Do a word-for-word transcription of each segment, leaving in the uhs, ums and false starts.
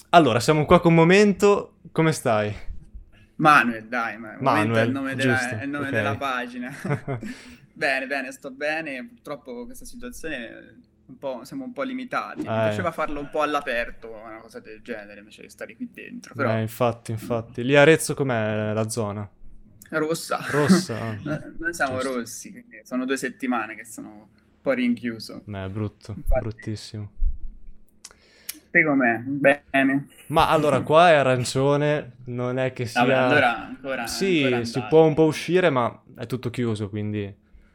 Allora, siamo qua con Momento, come stai? Manuel, dai, ma il momento è il Manuel, nome della, è giusto, il nome della ok. pagina. Bene, bene, sto bene. Purtroppo questa situazione un po', siamo un po' limitati. Mi Eh, piaceva farlo un po' all'aperto, una cosa del genere, invece di stare qui dentro. eh, Però infatti, infatti. Lì a Arezzo com'è la zona? rossa. Rossa? Ah, Noi siamo giusto. rossi, quindi sono due settimane che sono un po' rinchiuso. Beh, è brutto, Infatti, bruttissimo. te com'è? Bene. Ma allora, qua è arancione, non è che Vabbè, sia... allora ancora, ancora Sì, si può andate. un po' uscire, ma è tutto chiuso, quindi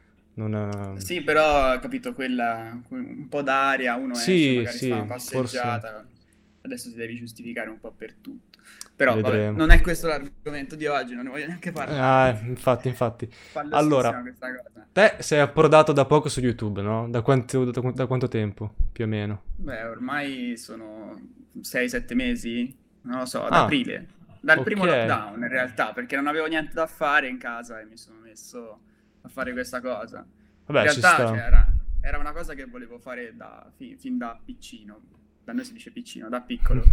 non... Sì, però ho capito quella, un po' d'aria, uno esce, Sì, magari si fa una sì, forse passeggiata, adesso ti devi giustificare un po' per tutto. Però vabbè, vedremo. non è questo l'argomento di oggi, non ne voglio neanche Ah, parlare. infatti, infatti. Pallosissima Allora, questa cosa. te sei approdato da poco su YouTube, no? Da quanto, da, da quanto tempo, più o meno? Beh, ormai sono sei sette mesi, non lo so, ad Ah, aprile, dal ok. primo lockdown in realtà, perché non avevo niente da fare in casa e mi sono messo a fare questa cosa. In Vabbè, ci realtà, cioè, sta. era, era una cosa che volevo fare da, fi- fin da piccino, da noi si dice piccino, da piccolo.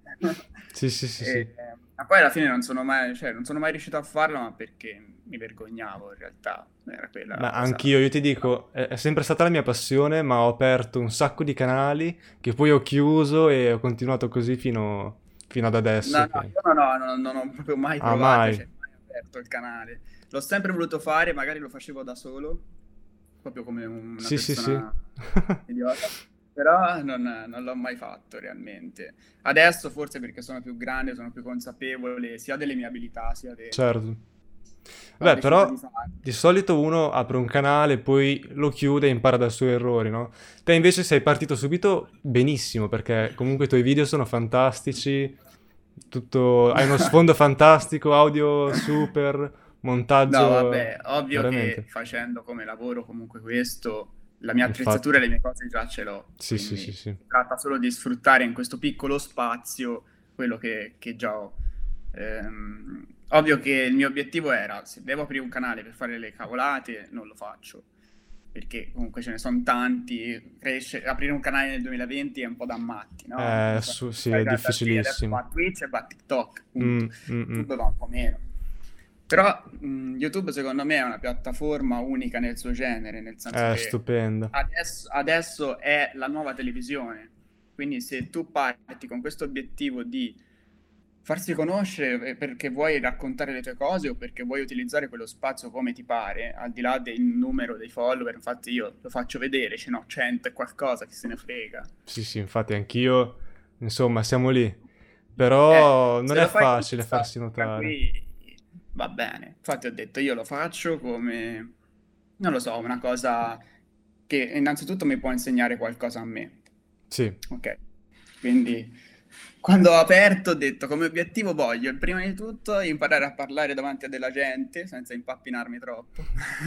Sì, sì, sì, sì. E, ma poi alla fine non sono mai, cioè, non sono mai riuscito a farlo, ma perché mi vergognavo in realtà, era quella la Ma cosa. anch'io, io ti dico, è, è sempre stata la mia passione, ma ho aperto un sacco di canali che poi ho chiuso e ho continuato così fino, fino ad No, adesso no, che... io non ho, non, non ho proprio mai Ah, provato, mai. cioè mai aperto il canale. L'ho sempre voluto fare, magari lo facevo da solo, proprio come una Sì, sì, sì. persona idiota, però non, non l'ho mai fatto realmente. Adesso forse perché sono più grande, sono più consapevole sia delle mie abilità, sia de... Certo. ho Vabbè, deciso di però farlo. di solito uno apre un canale, poi lo chiude e impara dai suoi errori, no? Te invece sei partito subito benissimo, perché comunque i tuoi video sono fantastici, tutto... hai uno sfondo fantastico, audio super, No, montaggio vabbè, ovvio che veramente. facendo come lavoro comunque questo, la mia attrezzatura e Infatti. le mie cose già ce l'ho, Sì, sì, sì, quindi sì. si tratta solo di sfruttare in questo piccolo spazio quello che, che già ho. Ehm, ovvio che il mio obiettivo era, se devo aprire un canale per fare le cavolate, non lo faccio, perché comunque ce ne sono tanti, cresce, aprire un canale nel duemilaventi è un po' da matti, no? Eh, Non so su- se sì, sai è da, da te, adesso difficilissimo. va Twitch e va TikTok, punto. Mm, mm, mm. YouTube va un po' meno. Però mh, YouTube secondo me è una piattaforma unica nel suo genere, nel senso È che stupenda. adesso, adesso è la nuova televisione. Quindi se tu parti con questo obiettivo di farsi conoscere eh, perché vuoi raccontare le tue cose o perché vuoi utilizzare quello spazio come ti pare, al di là del numero dei follower, infatti io lo faccio vedere, ce n'ho cento e qualcosa, chi se ne frega. Sì, sì, infatti anch'io, insomma, siamo lì. Eh, Però non se è lo fai con facile questa farsi ottica notare. qui va bene. Infatti ho detto io lo faccio come, non lo so, una cosa che innanzitutto mi può insegnare qualcosa a me. Sì. Ok, quindi quando ho aperto ho detto come obiettivo voglio, prima di tutto, imparare a parlare davanti a della gente senza impappinarmi troppo.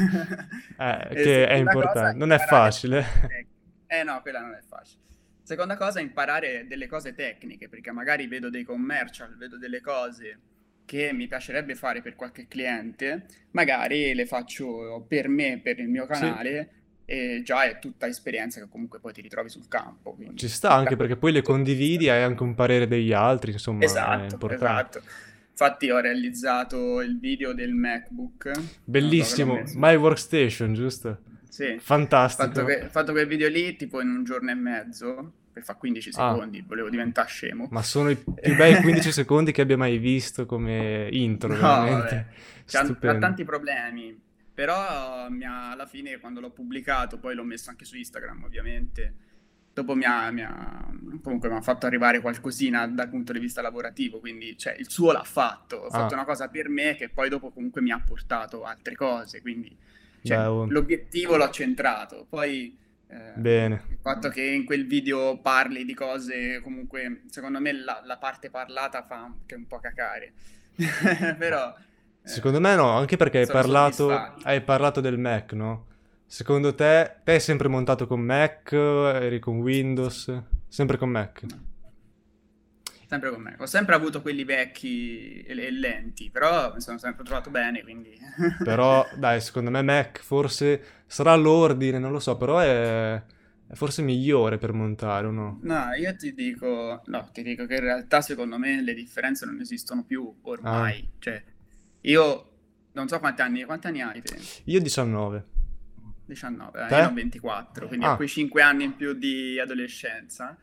Eh, E che è seconda cosa, importante. Non è imparare delle facile. cose tecniche. Eh no, quella non è facile. Seconda cosa, imparare delle cose tecniche, perché magari vedo dei commercial, vedo delle cose che mi piacerebbe fare per qualche cliente, magari le faccio per me, per il mio Sì, canale, e già è tutta esperienza che comunque poi ti ritrovi sul campo, ci quindi sta da anche quel perché poi le punto di condividi, vista. hai anche un parere degli altri, insomma, è Esatto, importante. esatto. Infatti ho realizzato il video del MacBook, non so che l'ho Bellissimo. messo. My Workstation, giusto? Sì, ho fatto, Fantastico. que- ho fatto quel video lì tipo in un giorno e mezzo, per fa quindici Ah, secondi, volevo diventare scemo. ma sono i più bei quindici secondi che abbia mai visto come intro, No, veramente. vabbè, c'ha, c'ha Stupendo. tanti problemi, però mi ha- alla fine quando l'ho pubblicato, poi l'ho messo anche su Instagram ovviamente, dopo mi ha, mi ha- comunque mi ha fatto arrivare qualcosina dal punto di vista lavorativo, quindi cioè, il suo l'ha fatto, ho fatto Ah, una cosa per me che poi dopo comunque mi ha portato altre cose, quindi cioè, beh, oh, l'obiettivo l'ho centrato, poi bene. ehm, il fatto che in quel video parli di cose, comunque secondo me la, la parte parlata fa anche un po' cacare. Ma Però secondo me eh, no, anche perché hai sono parlato, soddisfatto. hai parlato del Mac, no? Secondo te, te hai sempre montato con Mac, eri con Windows, sempre con Mac. No, sempre con me. Ho sempre avuto quelli vecchi e, e lenti, però mi sono sempre trovato bene, quindi... Però, dai, secondo me Mac forse sarà l'ordine, non lo so, però è, è forse migliore per montare, o no? No, io ti dico, no, ti dico che in realtà secondo me le differenze non esistono più Ah, ormai. Cioè, io non so quanti anni, quanti anni hai te? io diciannove. diciannove, eh, io ne Te? ho ventiquattro, quindi ho Ah, quei cinque anni in più di adolescenza.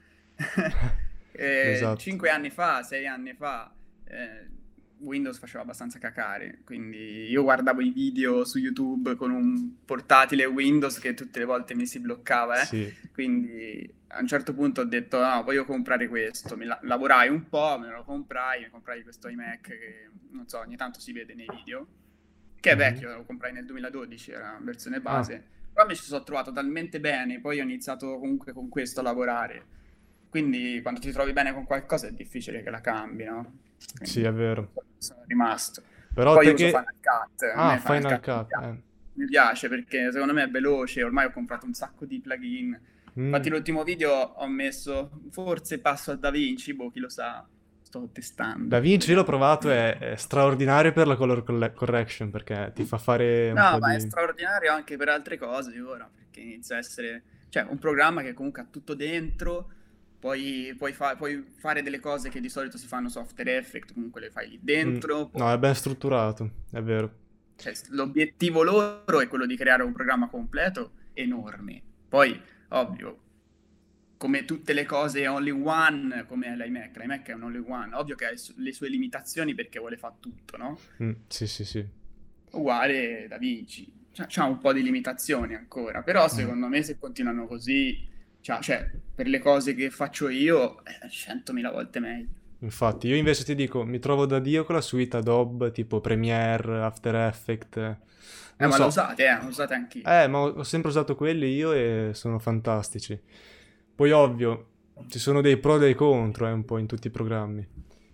Eh, esatto. cinque anni fa, sei anni fa, eh, Windows faceva abbastanza cacare, quindi io guardavo i video su YouTube con un portatile Windows che tutte le volte mi si bloccava, eh. Sì. Quindi a un certo punto ho detto no, voglio comprare questo, mi la- lavorai un po', me lo comprai, mi comprai questo iMac che non so, ogni tanto si vede nei video, che è Mhm. vecchio, lo comprai nel duemiladodici, era la versione Ah, base, però mi ci sono trovato talmente bene, poi ho iniziato comunque con questo a lavorare, quindi quando ti trovi bene con qualcosa è difficile che la cambi, no? sì, Quindi è vero. sono rimasto. Però Poi te uso che... Final Cut, a Ah, me Final Final Cut mi Cut, piace, eh. mi piace perché secondo me è veloce, ormai ho comprato un sacco di plugin. Infatti Mm. l'ultimo video ho messo, forse passo a DaVinci, boh, chi lo sa, sto testando, DaVinci l'ho vediamo. provato, è, è straordinario per la color colle- correction perché ti fa fare un No, po' ma è di... straordinario anche per altre cose ora, perché inizia a essere, cioè, un programma che comunque ha tutto dentro, poi puoi, fa- puoi fare delle cose che di solito si fanno su After Effects, comunque le fai lì Mm. dentro, No, è poi, ben strutturato, è vero. cioè, l'obiettivo loro è quello di creare un programma completo enorme. Poi, ovvio, come tutte le cose all in one, come è l'iMac, l'iMac è un all in one, ovvio che ha le sue limitazioni perché vuole fare tutto, no? Mm, sì, sì, sì. Uguale Da Vinci. C'ha, c'ha un po' di limitazioni ancora, però Mm. secondo me se continuano così, c'ha- cioè, per le cose che faccio io, è centomila volte meglio. Infatti, io invece ti dico, mi trovo da Dio con la suite Adobe, tipo Premiere, After Effects. Eh, Non ma lo so, usate, eh, lo usate anch'io. eh, ma ho ho sempre usato quelli io e sono fantastici. Poi, ovvio, ci sono dei pro e dei contro, eh, un po' in tutti i programmi.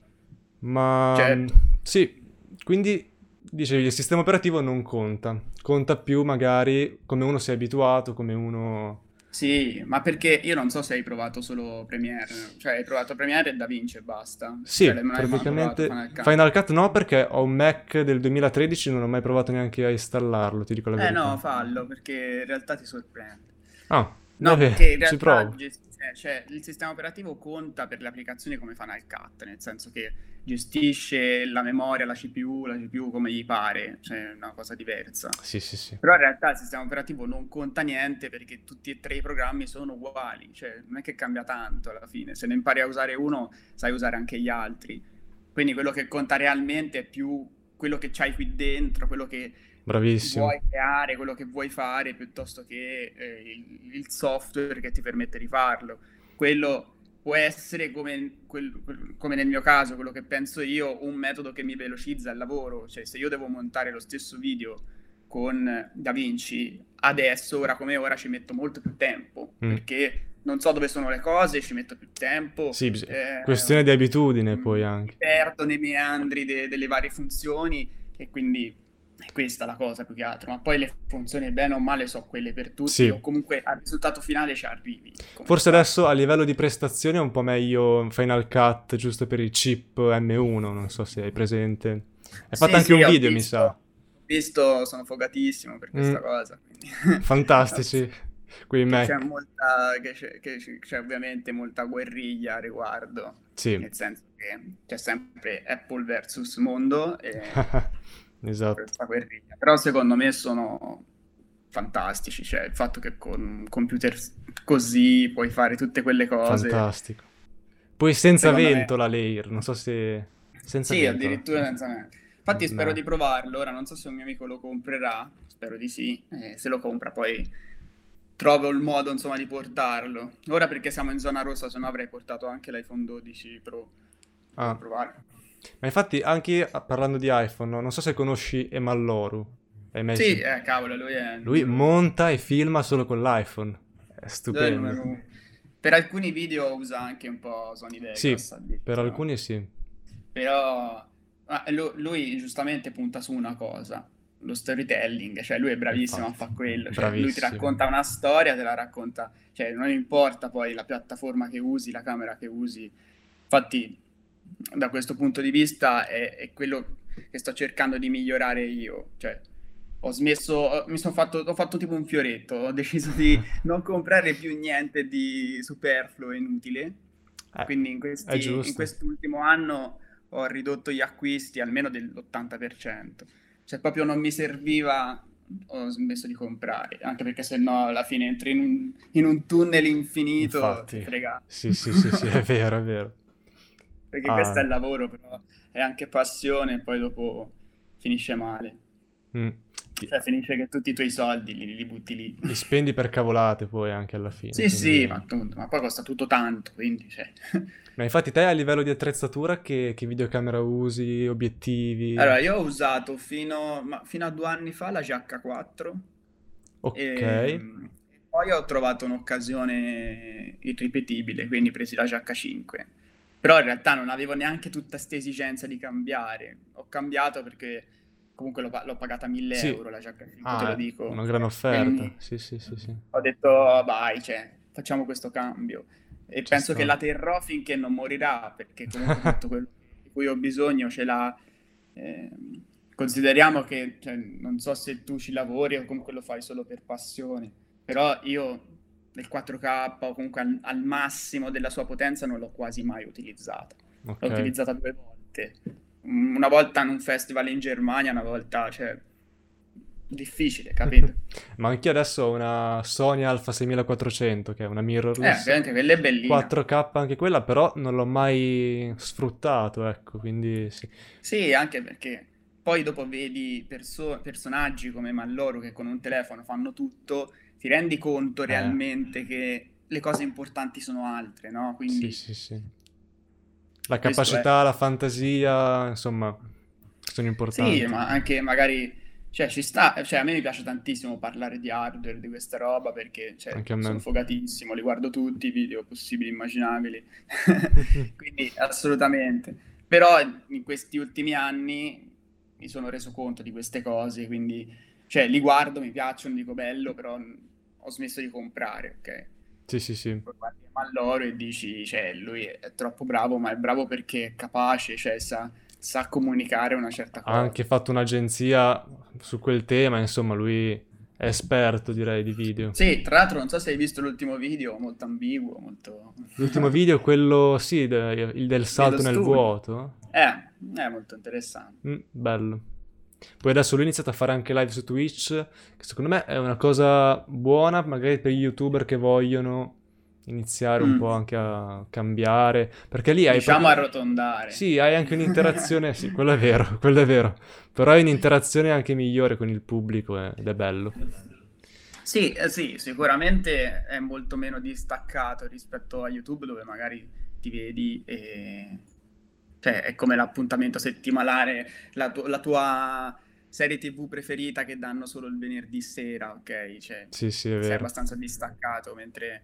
Ma mm, Certo. sì, quindi dicevi, il sistema operativo non conta. Conta più magari come uno si è abituato, come uno... Sì, ma perché io non so se hai provato solo Premiere, cioè hai provato Premiere e DaVinci e basta, Sì, cioè non hai mai provato praticamente Final Cut. Final Cut no perché ho un Mac del duemilatredici e non ho mai provato neanche a installarlo, ti dico la Eh verità. no, fallo perché in realtà ti sorprende. Ah, No, beh, perché in ci realtà provo. gest- eh, cioè, il sistema operativo conta per le applicazioni come Final Cut, nel senso che gestisce la memoria, la C P U, la C P U come gli pare, cioè è una cosa diversa. Sì, sì, sì. Però in realtà il sistema operativo non conta niente perché tutti e tre i programmi sono uguali, cioè non è che cambia tanto alla fine. Se ne impari a usare uno, sai usare anche gli altri. Quindi quello che conta realmente è più quello che c'hai qui dentro, quello che Bravissimo. vuoi creare, quello che vuoi fare, piuttosto che eh, il, il software che ti permette di farlo. Quello può essere, come, quel- quel- come nel mio caso, quello che penso io, un metodo che mi velocizza il lavoro. Cioè, se io devo montare lo stesso video con DaVinci, adesso, ora come ora, ci metto molto più tempo, Mm. perché non so dove sono le cose, ci metto più tempo, Sì, bis- eh, questione di abitudine poi mi anche. perdo nei meandri de- delle varie funzioni e quindi è questa la cosa più che altro. Ma poi le funzioni bene o male so quelle per tutti o Sì, comunque al risultato finale ci arrivi, come si forse fa. adesso a livello di prestazioni è un po' meglio Final Cut giusto per il chip M uno, non so se hai presente. Hai fatto Sì, anche un sì, ho video, mi visto, sa. ho visto, sono fogatissimo per Mm. questa cosa, quindi Fantastici, quei che c'è Mac. molta, che c'è, che c'è c'è ovviamente molta guerriglia a riguardo, Sì, nel senso che c'è sempre Apple versus mondo e esatto, questa guerriglia. Però secondo me sono fantastici, cioè il fatto che con un computer così puoi fare tutte quelle cose, fantastico. Poi senza secondo me ventola layer, non so se... Senza sì, ventola. addirittura senza me. Infatti spero Beh, di provarlo, ora non so se un mio amico lo comprerà, spero di sì, e se lo compra poi trovo il modo insomma di portarlo. Ora perché siamo in zona rossa, se no avrei portato anche l'iPhone dodici Pro per ah. provare. Ma infatti anche ah, parlando di iPhone, no? Non so se conosci Emalloru. Hai mai Sì, sen- eh, cavolo, lui è il Lui numero uno. monta e filma solo con l'iPhone. È Lui è il stupendo. numero uno. Per alcuni video usa anche un po' Sony Sì, Vegas per addirittura. alcuni sì. Però ah, lu- lui giustamente punta su una cosa, lo storytelling, cioè lui è bravissimo a Infatti, fare quello, cioè lui ti bravissimo. racconta una storia, te la racconta, cioè non importa poi la piattaforma che usi, la camera che usi. Infatti, da questo punto di vista è, è quello che sto cercando di migliorare io, cioè ho smesso, ho- mi sono fatto, ho fatto tipo un fioretto, ho deciso di non comprare più niente di superfluo e inutile. Eh, Quindi in è questi, in giusto. quest'ultimo anno ho ridotto gli acquisti almeno dell'ottanta per cento. Se proprio non mi serviva, ho smesso di comprare, anche perché sennò alla fine entri in un, in un tunnel infinito, sei Infatti, fregato. sì, sì, sì, sì, è vero, è vero. Perché questo Ah, è il lavoro, però è anche passione e poi dopo finisce male. mm. Ti- Cioè finisce che tutti i tuoi soldi li, li butti lì. li spendi per cavolate poi anche alla fine, Sì, quindi... sì, ma, appunto, ma poi costa tutto tanto, quindi cioè. Ma infatti te a livello di attrezzatura che, che videocamera usi, obiettivi? Allora, io ho usato fino, ma fino a due anni fa la G H quattro Ok, e poi ho trovato un'occasione irripetibile, quindi presi la G H cinque. Però in realtà non avevo neanche tutta questa esigenza di cambiare. Ho cambiato perché comunque l'ho, pa- l'ho pagata mille sì. euro la G H cinque, te lo Ah, dico. una gran offerta. Quindi Sì, sì, sì, sì. ho detto, vai, cioè, facciamo questo cambio. E Ci penso che sta. la terrò finché non morirà, perché comunque tutto quello di cui ho bisogno ce l'ha. Ehm, consideriamo che, cioè, non so se tu ci lavori o comunque lo fai solo per passione, però io nel quattro K o comunque al, al massimo della sua potenza non l'ho quasi mai utilizzata. L'ho Ok. utilizzata due volte. Una volta in un festival in Germania, una volta, cioè, difficile, capito? Ma anch'io adesso ho una Sony Alpha seimilaquattrocento, che è una Eh, che mirrorless, anche quella è bellina. quattro K anche quella, però non l'ho mai sfruttato, ecco, quindi sì. Sì, anche perché poi dopo vedi perso- personaggi come Maloro che con un telefono fanno tutto, ti rendi conto Eh, realmente che le cose importanti sono altre, no? sì, Quindi sì, sì. La questo è. capacità, la fantasia, insomma, sono Sì, importanti. ma anche magari, cioè, ci sta, cioè, a me mi piace tantissimo parlare di hardware, di questa roba, perché, cioè, Anche a sono me. fogatissimo, li guardo tutti i video possibili, immaginabili, quindi assolutamente. Però in questi ultimi anni mi sono reso conto di queste cose, quindi, cioè, li guardo, mi piacciono, dico bello, però ho smesso di comprare, ok? Sì, sì, sì. Poi guardi Malloro e dici, cioè, lui è troppo bravo, ma è bravo perché è capace, cioè, sa sa comunicare una certa Ha cosa. anche fatto un'agenzia su quel tema, insomma, lui è esperto, direi, di video. Sì, tra l'altro non so se hai visto l'ultimo video, molto ambiguo, molto. L'ultimo video, quello, sì, de- il del dello salto nel studio. vuoto. Eh, è molto interessante. Mm, bello. Poi adesso lui ha iniziato a fare anche live su Twitch, che secondo me è una cosa buona, magari per gli YouTuber che vogliono iniziare un po' Mm. anche a cambiare, perché lì hai Diciamo proprio... arrotondare. Sì, hai anche un'interazione, sì, quello è vero, quello è vero, però hai un'interazione anche migliore con il pubblico eh, ed è bello. Sì, eh, sì, sicuramente è molto meno distaccato rispetto a YouTube dove magari ti vedi e. Cioè, è come l'appuntamento settimanale, la, tu- la tua serie T V preferita che danno solo il venerdì sera, ok? Cioè, Sì, sì, è sei vero. abbastanza distaccato, mentre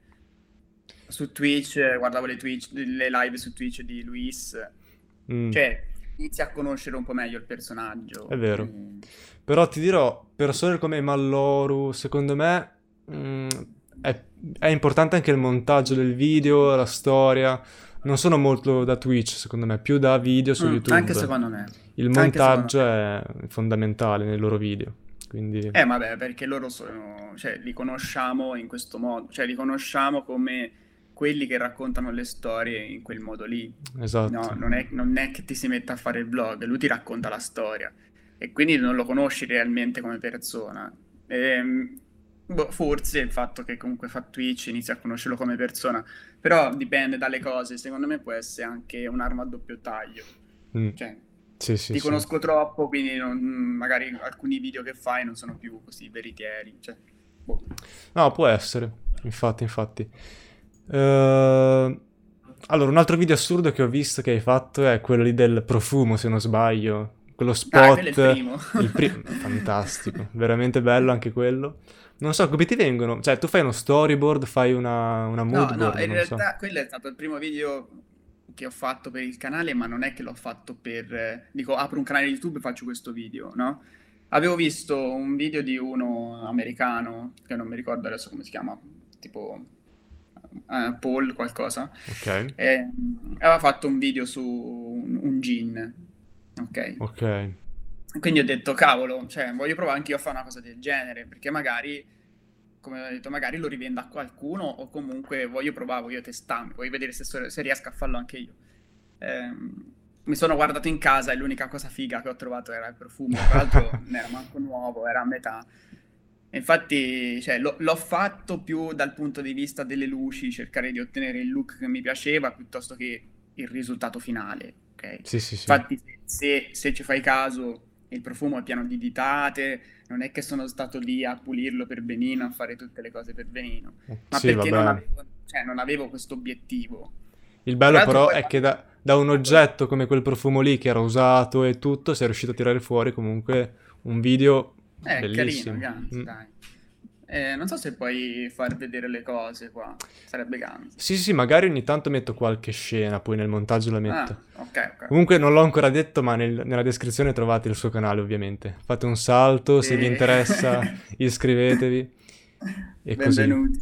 su Twitch, eh, guardavo le, Twitch, le live su Twitch di Luis, Mm. cioè, inizi a conoscere un po' meglio il È personaggio. vero. Mm. Però ti dirò, persone come Malloru, secondo me, mm, è, è importante anche il montaggio del video, la storia. Non sono molto da Twitch, secondo me, più da video su Mm, anche YouTube. secondo me, Il anche secondo montaggio me. è fondamentale nei loro video. Quindi, Eh, vabbè, perché loro sono, cioè, li conosciamo in questo modo, cioè, li conosciamo come quelli che raccontano le storie in quel modo lì. No, esatto. non è, non è che ti si metta a fare il vlog, lui ti racconta la storia e quindi non lo conosci realmente come persona. Ehm, boh, forse il fatto che comunque fa Twitch inizi a conoscerlo come persona, però dipende dalle cose, secondo me può essere anche un'arma a doppio taglio. Mm. Cioè, Sì, sì, ti sì. conosco troppo, quindi non- magari alcuni video che fai non sono più così veritieri. Cioè, boh. No, può essere. Infatti, infatti. Eh, Allora, un altro video assurdo che ho visto che hai fatto è quello lì del profumo, se non sbaglio. Quello Ah, quello è il spot, primo. il primo... Fantastico, veramente bello anche quello. Non so, come ti vengono? Cioè, tu fai uno storyboard, fai una, una No, mood no, board, in non so. realtà quello è stato il primo video che ho fatto per il canale, ma non è che l'ho fatto per. eh, Dico, apro un canale YouTube e faccio questo video, no? Avevo visto un video di uno americano, che non mi ricordo adesso come si chiama, tipo eh, Paul qualcosa, Ok, e mm, aveva fatto un video su un, un gin, ok? ok. Quindi ho detto, cavolo, cioè, voglio provare anche io a fare una cosa del genere, perché magari, come ho detto, magari lo rivendo a qualcuno o comunque voglio provare, voglio testarmi, voglio vedere se, so- se riesco a farlo anche io. Ehm, Mi sono guardato in casa e l'unica cosa figa che ho trovato era il profumo, tra l'altro non era manco nuovo, era a metà. E infatti, cioè, l'ho l'ho fatto più dal punto di vista delle luci, cercare di ottenere il look che mi piaceva piuttosto che il risultato finale, ok? Sì, sì, sì. Infatti, se, se ci fai caso, il profumo è pieno di ditate, non è che sono stato lì a pulirlo per benino, a fare tutte le cose per benino, ma Sì, perché non vabbè. avevo, cioè, non avevo questo obiettivo. Il Tra bello l'altro però poi è che quando... da, da un Ah, poi- oggetto come quel profumo lì che era usato e tutto, sei riuscito a tirare fuori comunque un video Eh, carino, bellissimo. Gans, Mm. dai. Eh, non so se puoi far vedere le cose qua, sarebbe Gans. Sì, sì, sì, magari ogni tanto metto qualche scena, poi nel montaggio la Ah, metto. ok, ok, ok. Comunque non l'ho ancora detto, ma nel- nella descrizione trovate il suo canale, ovviamente. Fate un salto, se vi Sì. interessa, iscrivetevi e così. Benvenuti.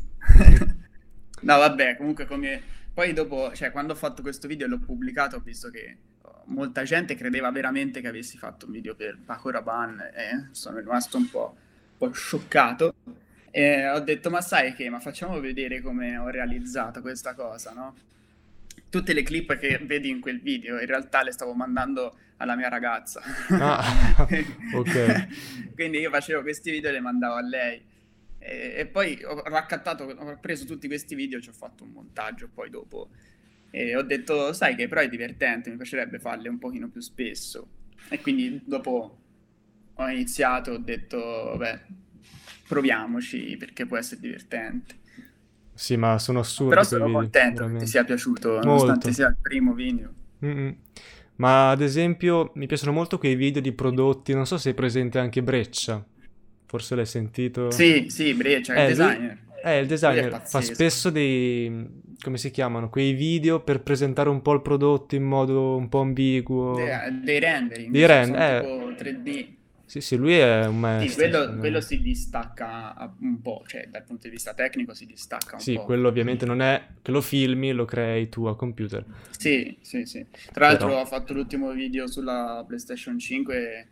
No, vabbè, comunque come... Poi dopo, cioè, quando ho fatto questo video e l'ho pubblicato, ho visto che oh, molta gente credeva veramente che avessi fatto un video per Paco Rabanne e sono rimasto un po', un po' scioccato. E ho detto, ma sai che, ma facciamo vedere come ho realizzato questa cosa, no? Tutte le clip che vedi in quel video, in realtà le stavo mandando alla mia ragazza. Ah, ok. Quindi io facevo questi video e le mandavo a lei. E, e poi ho raccattato, ho preso tutti questi video, ci ho fatto un montaggio poi dopo. E ho detto, sai che però è divertente, mi piacerebbe farle un pochino più spesso. E quindi dopo ho iniziato, ho detto, beh, proviamoci perché può essere divertente. Sì, ma sono Però assurdi quei sono video, contento che ti veramente. sia piaciuto, nonostante Molto. sia il primo video. Mm-mm. Ma ad esempio mi piacciono molto quei video di prodotti, non so se è presente anche Breccia, forse l'hai sentito. Sì, sì, Breccia, il Eh, lui designer. è il Lui è designer, fa pazzesco. spesso dei, come si chiamano, quei video per presentare un po' il prodotto in modo un po' ambiguo. De- dei rendering, Di cioè rend, sono eh, tipo tre D. sì, sì, lui è un Sì, maestro, quello, secondo quello me. si distacca a- un po', cioè dal punto di vista tecnico si distacca un Sì, po'. quello ovviamente non è che lo filmi, lo crei tu a computer, Sì, sì, sì. Tra però l'altro ho fatto l'ultimo video sulla PlayStation cinque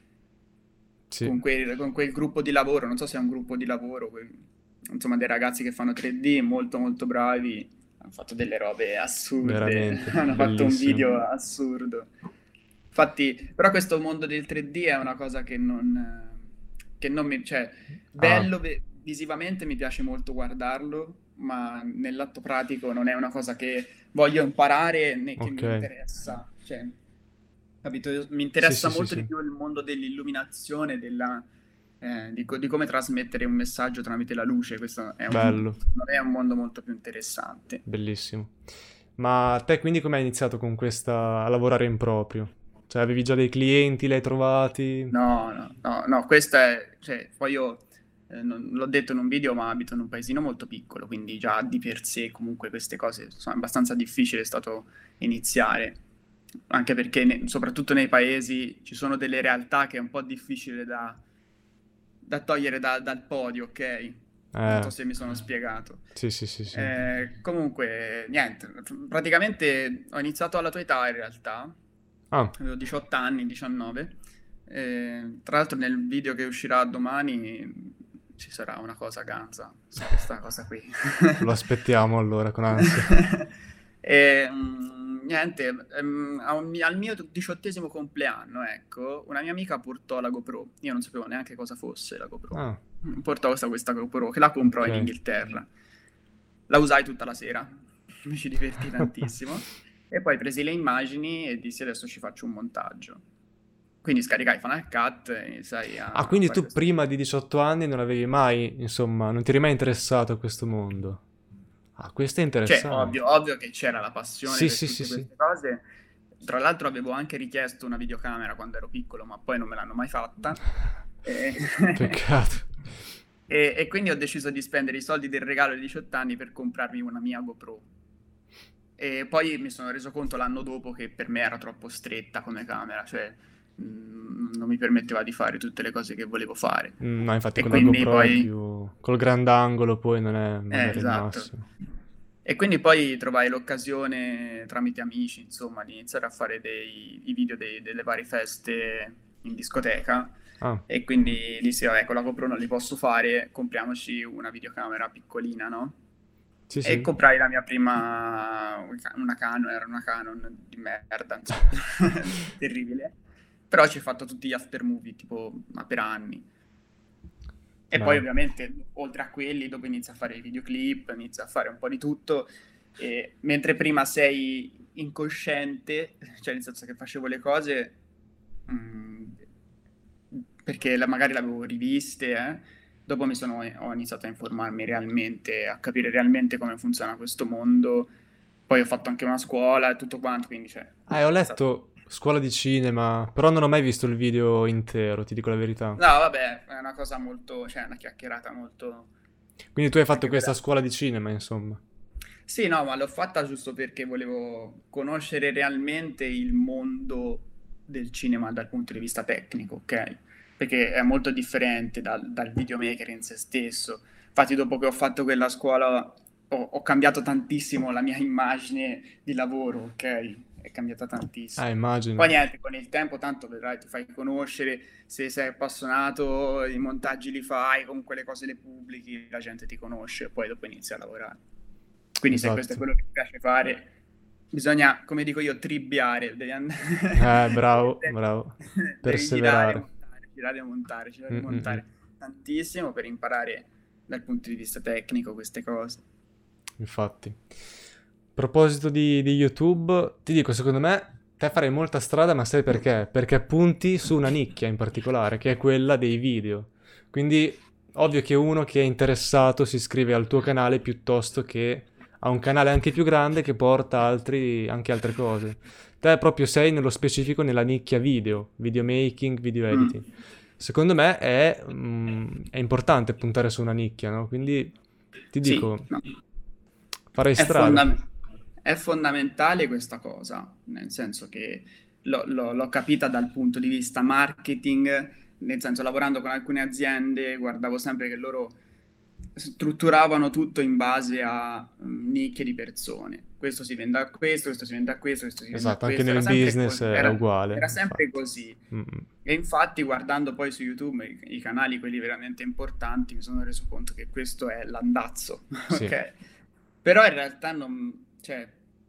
sì, con quel, con quel gruppo di lavoro, non so se è un gruppo di lavoro, quel- insomma dei ragazzi che fanno tre D molto molto bravi, hanno fatto delle robe assurde, veramente, hanno fatto un bellissimo. video assurdo. Infatti, però questo mondo del tre D è una cosa che non, che non mi... cioè, Ah, bello ve- visivamente mi piace molto guardarlo, ma nell'atto pratico non è una cosa che voglio imparare né che ok. mi interessa. Cioè, capito? Io- Mi Sì, interessa sì, sì, molto di sì, più il mondo dell'illuminazione, della, eh, di, co- di come trasmettere un messaggio tramite la luce. Questo è un, bello, non è un mondo molto più interessante. bellissimo. Ma te quindi come hai iniziato con questa a lavorare in proprio? Cioè avevi già dei clienti, li hai trovati? No, no, no, no, questa è, cioè, poi io eh, non- l'ho detto in un video, ma abito in un paesino molto piccolo, quindi già di per sé comunque queste cose sono abbastanza difficili è stato iniziare, anche perché ne- soprattutto nei paesi ci sono delle realtà che è un po' difficile da, da togliere da- dal podio, ok? Non so Eh, se mi sono spiegato. sì, sì, sì, sì. Eh, comunque, niente, praticamente ho iniziato alla tua età in realtà, Ah, avevo diciotto anni, diciannove. Eh, tra l'altro nel video che uscirà domani ci sarà una cosa ganza su questa cosa qui. lo aspettiamo allora con ansia. E, mm, niente, ehm, a un mi- al mio diciottesimo compleanno, ecco, una mia amica portò la GoPro. Io non sapevo neanche cosa fosse la GoPro. Ah, Portò questa, questa GoPro che la comprò ok. in Inghilterra. La usai tutta la sera, mi ci divertì tantissimo. E poi presi le immagini e dissi adesso ci faccio un montaggio. Quindi scaricai Final Cut e iniziai Ah, a quindi fare tu questo. prima di diciotto anni non avevi mai, insomma, non ti eri mai interessato a questo mondo? Ah, questo è Cioè, interessante. ovvio, ovvio che c'era la passione Sì, per sì, sì, tutte sì. queste cose. Tra l'altro avevo anche richiesto una videocamera quando ero piccolo, ma poi non me l'hanno mai fatta. E... Peccato. e- e quindi ho deciso di spendere i soldi del regalo di diciotto anni per comprarmi una mia GoPro. E poi mi sono reso conto l'anno dopo che per me era troppo stretta come camera, cioè mh, non mi permetteva di fare tutte le cose che volevo fare. Mm, no, infatti E con la quindi GoPro è poi, più... col grandangolo poi non è eh, magari il esatto. massimo. E quindi poi trovai l'occasione tramite amici, insomma, di iniziare a fare dei, i video dei- delle varie feste in discoteca Ah, e quindi dissi, vabbè, con la GoPro non li posso fare, compriamoci una videocamera piccolina, no? sì, E sì. comprai la mia prima, una Canon, era una Canon di merda, insomma, terribile. Però ci ho fatto tutti gli after movie, tipo, ma per anni. E poi Bello. ovviamente, oltre a quelli, dopo inizia a fare i videoclip, inizia a fare un po' di tutto. E mentre prima sei incosciente, cioè nel senso che facevo le cose mh, perché la- magari l'avevo riviste, eh, dopo mi sono, ho iniziato a informarmi realmente, a capire realmente come funziona questo mondo. Poi ho fatto anche una scuola e tutto quanto, quindi cioè, Ah, ho è stato... letto Scuola di cinema, però non ho mai visto il video intero, ti dico la verità. No, vabbè, è una cosa molto, cioè, una chiacchierata molto... Quindi tu hai fatto Anche questa quella... scuola di cinema, insomma. Sì, no, ma l'ho fatta giusto perché volevo conoscere realmente il mondo del cinema dal punto di vista tecnico, ok? Perché è molto differente dal, dal videomaker in se stesso. Infatti, dopo che ho fatto quella scuola, ho, ho cambiato tantissimo la mia immagine di lavoro, ok? È cambiata Ah, tantissimo. Poi immagino. niente, con il tempo tanto vedrai, ti fai conoscere, se sei appassionato, i montaggi li fai, comunque le cose le pubblichi, la gente ti conosce e poi dopo inizi a lavorare. Quindi se questo è Esatto. quello che ti piace fare, bisogna, come dico io, tribbiare, devi, and- Eh, bravo, devi, bravo. devi girare e Perseverare. montare, girare e montare, girare Mm, e mm, mm. montare tantissimo per imparare dal punto di vista tecnico queste cose. Infatti. A proposito di, di YouTube, ti dico, secondo me, te farai molta strada, ma sai perché? Perché punti su una nicchia in particolare, che è quella dei video. Quindi, ovvio che uno che è interessato si iscrive al tuo canale piuttosto che a un canale anche più grande che porta altri, anche altre cose. Te proprio sei nello specifico nella nicchia video, videomaking, video editing. Mm. Secondo me è, mm, è importante puntare su una nicchia, no? Quindi ti Sì, dico, no. farei È, strada. fonda- è fondamentale questa cosa, nel senso che l'ho l'ho- l'ho capita dal punto di vista marketing, nel senso lavorando con alcune aziende, guardavo sempre che loro strutturavano tutto in base a mm, nicchie di persone. Questo si vende a questo, questo si vende a questo, questo si vende a Esatto, anche questo. Era nel sempre business così. è Era, uguale, era sempre infatti. così. Mm-mm. E infatti, guardando poi su YouTube i, i canali, quelli veramente importanti, mi sono reso conto che questo è l'andazzo, Sì. ok? Però in realtà non, cioè,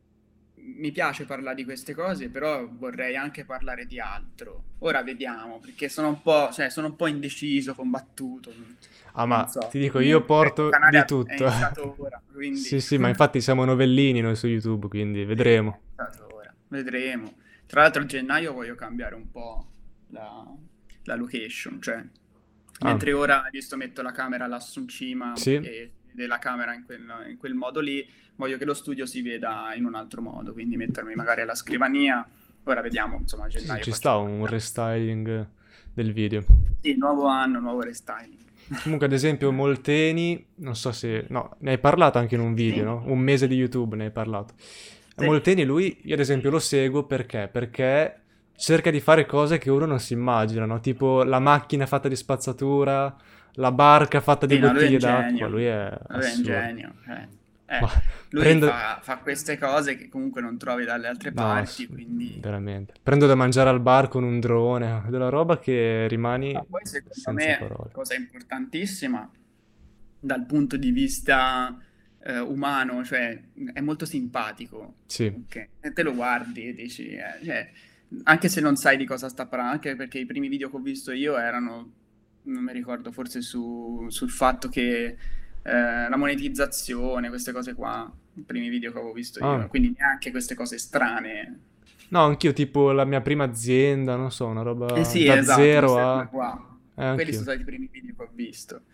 mi piace parlare di queste cose, però vorrei anche parlare di altro. Ora vediamo, perché sono un po', cioè, sono un po' indeciso, combattuto, Ah, non ma so. ti dico, Il io mio, il mio porto di canale è tutto. iniziato ora, quindi Sì, sì, ma infatti siamo novellini noi su YouTube, quindi sì, è vedremo. iniziato ora. Vedremo. Tra l'altro a gennaio voglio cambiare un po' la, la location, cioè Ah, mentre ora visto metto la camera lassù in cima sì? e della camera in quel, in quel modo lì, voglio che lo studio si veda in un altro modo, quindi mettermi magari alla scrivania. Ora vediamo, insomma, a Sì, sì, gennaio ci faccio sta qualche un altro. restyling del video. Sì, nuovo anno, nuovo restyling. Comunque, ad esempio, Molteni, non so se... No, ne hai parlato anche in un video, Sì, no? Un mese di YouTube ne hai parlato. E sì. Molteni, lui, io ad esempio lo seguo perché? Perché cerca di fare cose che uno non si immagina, no? Tipo la macchina fatta di spazzatura, la barca fatta di Sì, no, lui è un bottiglie d'acqua, genio, lui è lui è un assurdo. genio. eh. Ma Eh, lui prendo... fa, fa queste cose che comunque non trovi dalle altre No, ass- parti, quindi... veramente. Prendo da mangiare al bar con un drone, della roba che Ma rimani poi secondo senza me, parole. cosa importantissima dal punto di vista eh, umano, cioè è molto simpatico, Sì. ok? E te lo guardi e dici, eh, cioè, anche se non sai di cosa sta parlando, anche perché i primi video che ho visto io erano, non mi ricordo, forse su- sul fatto che eh, la monetizzazione, queste cose qua, i primi video che avevo visto Ah. io, quindi neanche queste cose strane. No, anch'io tipo la mia prima azienda, non so, una Eh roba sì, da esatto, zero queste robe a... qua. Eh, Quelli anch'io. sono stati i primi video che ho visto.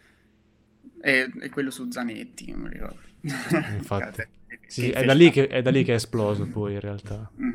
E, e quello su Zanetti, non mi ricordo. Infatti. Sì, sì, Che è da fece lì tanto. che, è da lì che è esploso poi in realtà. Mm.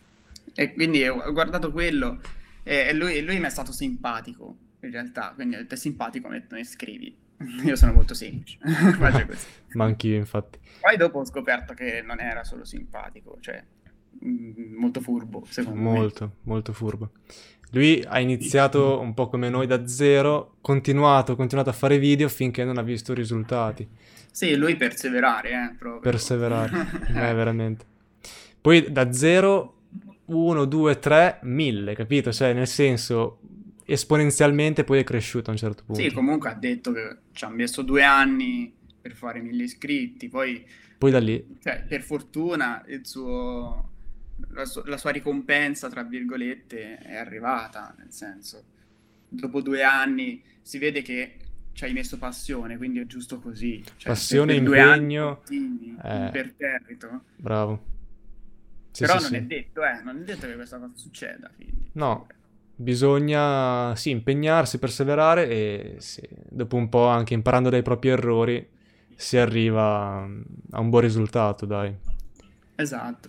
E quindi ho guardato quello e e lui, lui mi è stato simpatico, in realtà. Quindi ho detto, è simpatico, me ne scrivi. Io sono molto semplice, faccio così. Ma anch'io, infatti. Poi dopo ho scoperto che non era solo simpatico, cioè mm, molto furbo, secondo me. Molto, molto furbo. Lui ha iniziato un po' come noi da zero, continuato, continuato a fare video finché non ha visto risultati. Sì, lui perseverare, eh, proprio. Perseverare, eh, Eh. veramente. Poi da zero, uno, due, tre, mille, capito? Cioè, nel senso, esponenzialmente poi è cresciuto a un certo Sì, punto. comunque ha detto che ci ha messo due anni per fare mille iscritti, poi, Poi da lì, cioè, per fortuna il suo, la, su- la sua ricompensa, tra virgolette, è arrivata, nel senso, dopo due anni si vede che ci hai messo passione, quindi è giusto così. Cioè, se passione, per due anni impegno, continui eh, imperterrito, bravo. Sì, sì, però non è sì. detto, eh, non è detto che questa cosa succeda, quindi No, figurati. bisogna, sì, impegnarsi, perseverare e sì, dopo un po' anche imparando dai propri errori si arriva mm, a un buon risultato, dai. Esatto.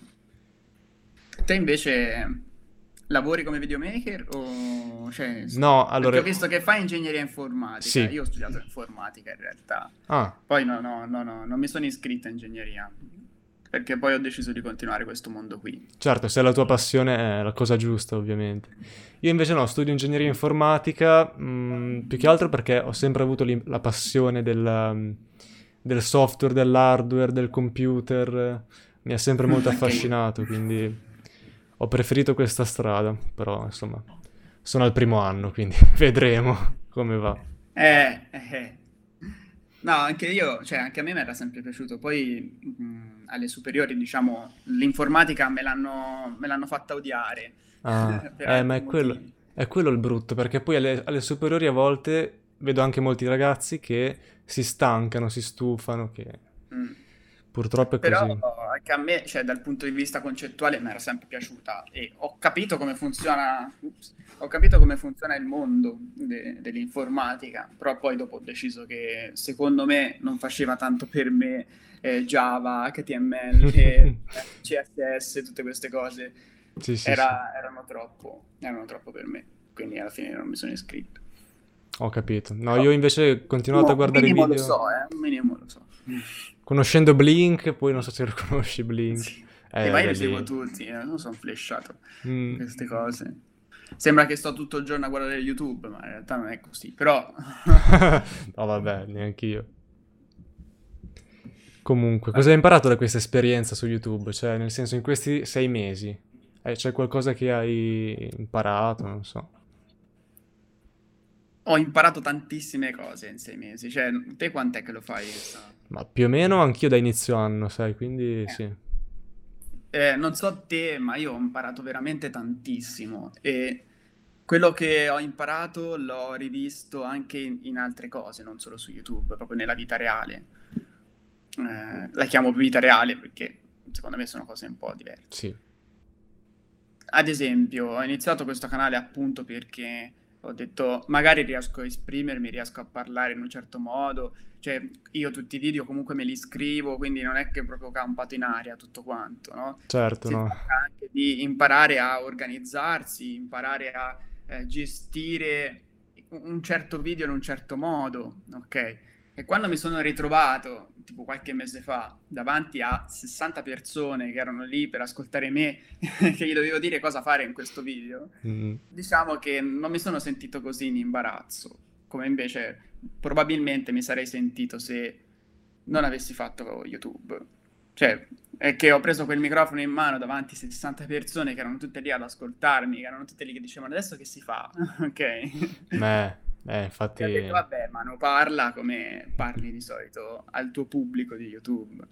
Te invece lavori come videomaker o... Cioè, s- No, perché ho allora, visto che fai ingegneria informatica, sì. io ho studiato informatica in realtà, Ah, poi no, no, no, no, non mi sono iscritto a ingegneria, perché poi ho deciso di continuare questo mondo qui. certo, se è la tua passione è la cosa giusta, ovviamente. Io invece no, studio ingegneria informatica, mh, più che altro perché ho sempre avuto l'im- la passione del, mm, del software, dell'hardware, del computer, mi ha sempre molto Anche io. affascinato, quindi ho preferito questa strada, però insomma, sono al primo anno, quindi vedremo come va. Eh, eh, eh. No, anche io, cioè anche a me mi era sempre piaciuto. Poi mh, alle superiori, diciamo, l'informatica me l'hanno me l'hanno fatta odiare Ah, per eh, ma altri è quello, motivi. è quello il brutto, perché poi alle, alle superiori a volte vedo anche molti ragazzi che si stancano, si stufano, che Mm. purtroppo è Però così. anche a me, cioè, dal punto di vista concettuale, mi era sempre piaciuta e ho capito come funziona, ups, ho capito come funziona il mondo de- dell'informatica, però poi dopo ho deciso che secondo me non faceva tanto per me eh, Java, H T M L, C S S, tutte queste cose Sì, sì, sì, era- erano troppo, erano troppo per me, quindi alla fine non mi sono iscritto. ho capito. No, Però io invece ho un continuato a minimo, un guardare i minimo lo video so, eh, un minimo lo so. conoscendo Blink, poi non so se lo conosci Blink. Sì. E Eh, ma io da li seguo lì. tutti, eh, non sono flashato di Mm. queste cose. Sembra che sto tutto il giorno a guardare YouTube, ma in realtà non è così. Però No, vabbè, neanche io. Comunque, cosa hai vabbè. imparato da questa esperienza su YouTube? Cioè, nel senso, in questi sei mesi, eh, c'è qualcosa che hai imparato? Non so. Ho imparato tantissime cose in sei mesi. Cioè, te quant'è che lo fai questa? Ma più o meno anch'io da inizio anno, sai, quindi Eh. sì. Eh, non so te, ma io ho imparato veramente tantissimo e quello che ho imparato l'ho rivisto anche in, in altre cose, non solo su YouTube, proprio nella vita reale. Eh, la chiamo vita reale perché secondo me sono cose un po' diverse. Sì. Ad esempio, ho iniziato questo canale appunto perché ho detto magari riesco a esprimermi, riesco a parlare in un certo modo, cioè io tutti i video comunque me li scrivo, quindi non è che è proprio campato in aria tutto quanto, no? Certo, Si no. tratta anche di imparare a organizzarsi, imparare a eh, gestire un certo video in un certo modo, ok? E quando mi sono ritrovato, tipo qualche mese fa, davanti a sessanta persone che erano lì per ascoltare me, che gli dovevo dire cosa fare in questo video, Mm. diciamo che non mi sono sentito così in imbarazzo, come invece probabilmente mi sarei sentito se non avessi fatto YouTube. Cioè, è che ho preso quel microfono in mano davanti a sessanta persone che erano tutte lì ad ascoltarmi, che erano tutte lì che dicevano adesso che si fa, ok? Eh, eh, E ho detto, infatti, vabbè, ma non parla come parli di solito al tuo pubblico di YouTube.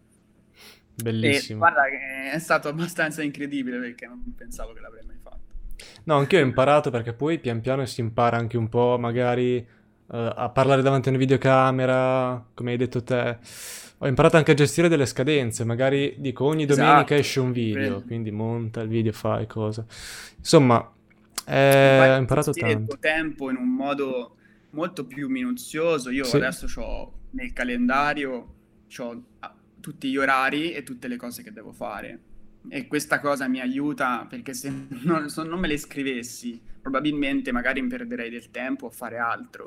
E bellissimo. guarda che è stato abbastanza incredibile perché non pensavo che l'avrei mai fatto. No, anch'io ho imparato perché poi pian piano si impara anche un po', magari eh, a parlare davanti a una videocamera, come hai detto te. Ho imparato anche a gestire delle scadenze, magari dico ogni domenica Esatto, esce un video, quello. quindi monta il video, fai cosa. Insomma, eh, Impari ho a imparato gestire il tanto. tuo tempo in un modo molto più minuzioso. Io Sì, adesso ho nel calendario c'ho, ah, tutti gli orari e tutte le cose che devo fare. E questa cosa mi aiuta perché se non, se non me le scrivessi, probabilmente magari mi perderei del tempo a fare altro.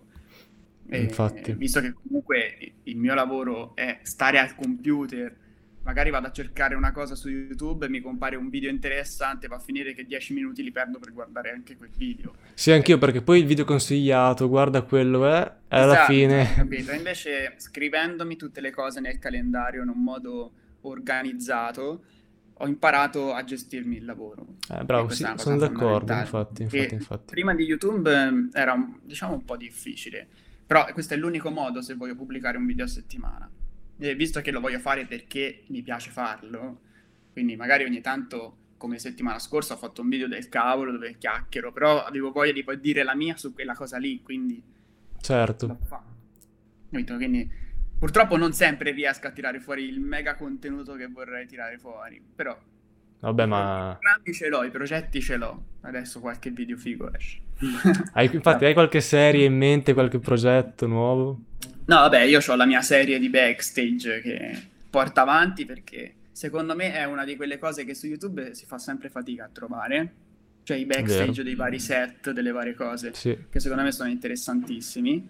E infatti. visto che comunque il mio lavoro è stare al computer, magari vado a cercare una cosa su YouTube e mi compare un video interessante, va a finire che dieci minuti li perdo per guardare anche quel video. Sì, anch'io perché poi il video consigliato, guarda quello è, e alla Esatto, fine... capito? Invece scrivendomi tutte le cose nel calendario in un modo organizzato, ho imparato a gestirmi il lavoro. Eh, E bravo, questa è sì, una sono cosa d'accordo, fondamentale. infatti, infatti, Che infatti. prima di YouTube eh, era, un- diciamo, un po' difficile, però questo è l'unico modo se voglio pubblicare un video a settimana. E visto che lo voglio fare perché mi piace farlo, quindi magari ogni tanto, come settimana scorsa, ho fatto un video del cavolo dove chiacchiero, però avevo voglia di poi dire la mia su quella cosa lì, quindi Certo. l'ho fatto. Capito? Quindi purtroppo non sempre riesco a tirare fuori il mega contenuto che vorrei tirare fuori, però Vabbè, i, pro- i ma programmi ce l'ho, i progetti ce l'ho. Adesso qualche video figo esce. hai, infatti, hai qualche serie in mente, qualche progetto nuovo? No, vabbè, io ho la mia serie di backstage che porto avanti perché secondo me è una di quelle cose che su YouTube si fa sempre fatica a trovare, cioè i Vero. backstage dei vari set, delle varie cose, Sì. che secondo me sono interessantissimi.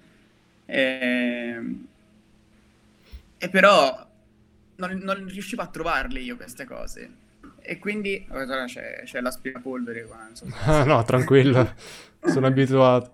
E, e però non, non riuscivo a trovarle io queste cose. E quindi ora c'è, c'è l'aspirapolvere qua, non so se Ah, no, tranquillo, sono abituato.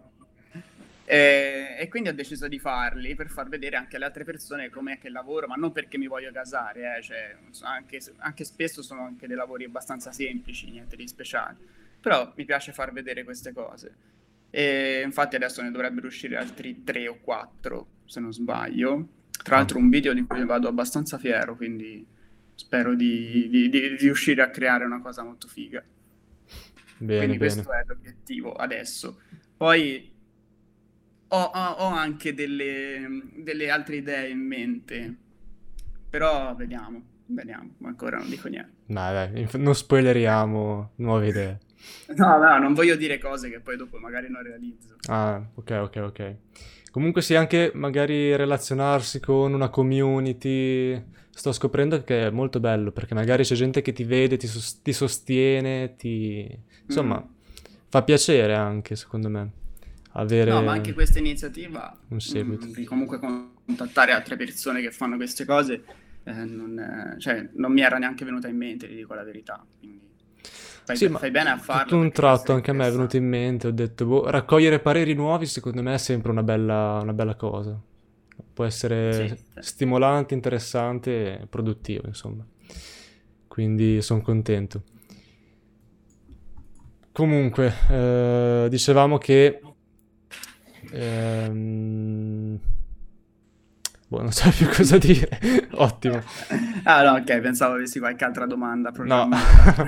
E, e quindi ho deciso di farli per far vedere anche alle altre persone com'è che lavoro, ma non perché mi voglio gasare, eh, cioè, anche, anche spesso sono anche dei lavori abbastanza semplici, niente di speciale, però mi piace far vedere queste cose. E infatti adesso ne dovrebbero uscire altri tre o quattro, se non sbaglio. Tra Ah, l'altro un video di cui vado abbastanza fiero, quindi spero di, di- di- di riuscire a creare una cosa molto figa. bene, Quindi bene. questo è l'obiettivo adesso. Poi ho, ho- ho anche delle, delle altre idee in mente, però vediamo, vediamo, ancora non dico niente. Dai, dai, inf- non spoileriamo nuove idee. No, no, non voglio dire cose che poi dopo magari non realizzo. Ah, ok, ok, ok. Comunque sì, anche magari relazionarsi con una community, sto scoprendo che è molto bello, perché magari c'è gente che ti vede, ti, sos- ti sostiene, ti... Insomma, Mm. fa piacere anche, secondo me, No, ma anche avere questa iniziativa, un seguito. mm, di comunque contattare altre persone che fanno queste cose, eh, non, eh, cioè, non mi era neanche venuta in mente, ti dico la verità. Quindi fai, Sì, be- ma fai bene a tutto farlo un perché può tratto essere anche a me è venuto in interessante. mente, ho detto, boh, raccogliere pareri nuovi secondo me è sempre una bella, una bella cosa. Può essere Sì, sì. stimolante, interessante e produttivo, insomma. Quindi sono contento. Comunque, eh, dicevamo che... ehm, boh, non so più cosa dire. Ottimo. Ah no, ok, pensavo avessi qualche altra domanda No. programmata.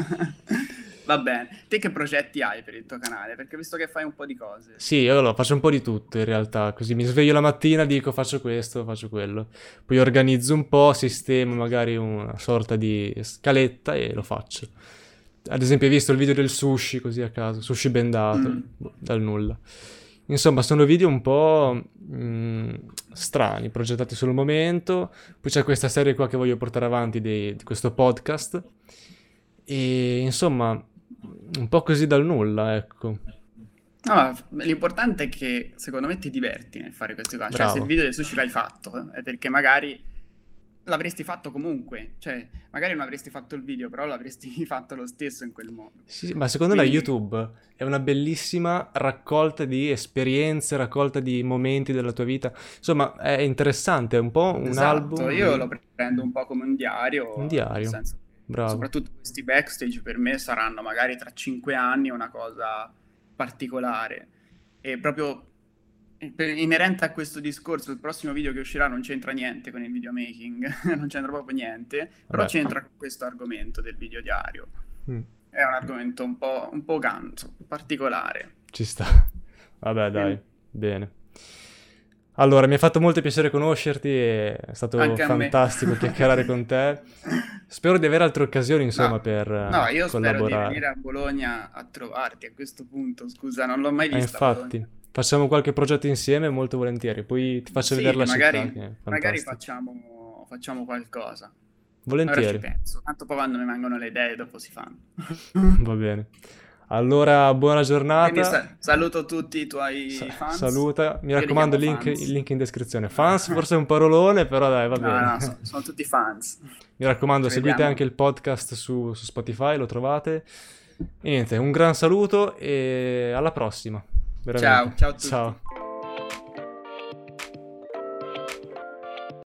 Va bene. Te che progetti hai per il tuo canale? Perché visto che fai un po' di cose. Sì, io lo faccio un po' di tutto in realtà, così mi sveglio la mattina, dico faccio questo, faccio quello, poi organizzo un po', sistemo magari una sorta di scaletta e lo faccio. Ad esempio hai visto il video del sushi così a caso, sushi bendato, Mm. boh, dal nulla. Insomma, sono video un po' mm, strani, progettati sul momento, poi c'è questa serie qua che voglio portare avanti di, di questo podcast e insomma, un po' così dal nulla, ecco. No, ma f- l'importante è che secondo me ti diverti nel fare queste cose. Cioè, se il Bravo. video del sushi l'hai fatto, eh, è perché magari l'avresti fatto comunque. Cioè, magari non avresti fatto il video, però l'avresti fatto lo stesso in quel modo. Sì, sì, ma secondo me Quindi, YouTube è una bellissima raccolta di esperienze, raccolta di momenti della tua vita. Insomma, è interessante, è un po' un esatto, album io lo di prendo un po' come un un diario, nel diario. senso che Bravo. soprattutto questi backstage per me saranno magari tra cinque anni una cosa particolare. E proprio eh, per- inerente a questo discorso, il prossimo video che uscirà non c'entra niente con il videomaking, non c'entra proprio niente, però Vabbè. c'entra con questo argomento del video diario. Mm, È un argomento un po', un po' ganzo, particolare. ci sta. Vabbè, dai, Quindi, bene. Allora, mi ha fatto molto piacere conoscerti, è stato anche a me. fantastico chiacchierare con te. Spero di avere altre occasioni, insomma, No, per no, eh, io spero di venire collaborare. a Bologna a trovarti a questo punto. Scusa, non l'ho mai Eh, vista Bologna. infatti, facciamo qualche progetto insieme molto volentieri, poi ti faccio vedere Sì, la città, magari, che è magari fantastica. facciamo, facciamo qualcosa. Ora ci Volentieri, penso. Tanto poi quando mi vengono le idee, dopo si fanno. va bene. Allora, buona Quindi giornata. sa- saluto tutti i tuoi Sa- fans. saluta. Mi Io li raccomando, chiamo link, il fans. link in descrizione. Fans forse è un parolone, però dai, va No, no, bene. so- sono tutti fans. Mi raccomando, Ci seguite vediamo. anche il podcast su, su Spotify, lo trovate. E niente, un gran saluto e alla prossima. Ciao, Veramente. ciao a tutti. Ciao.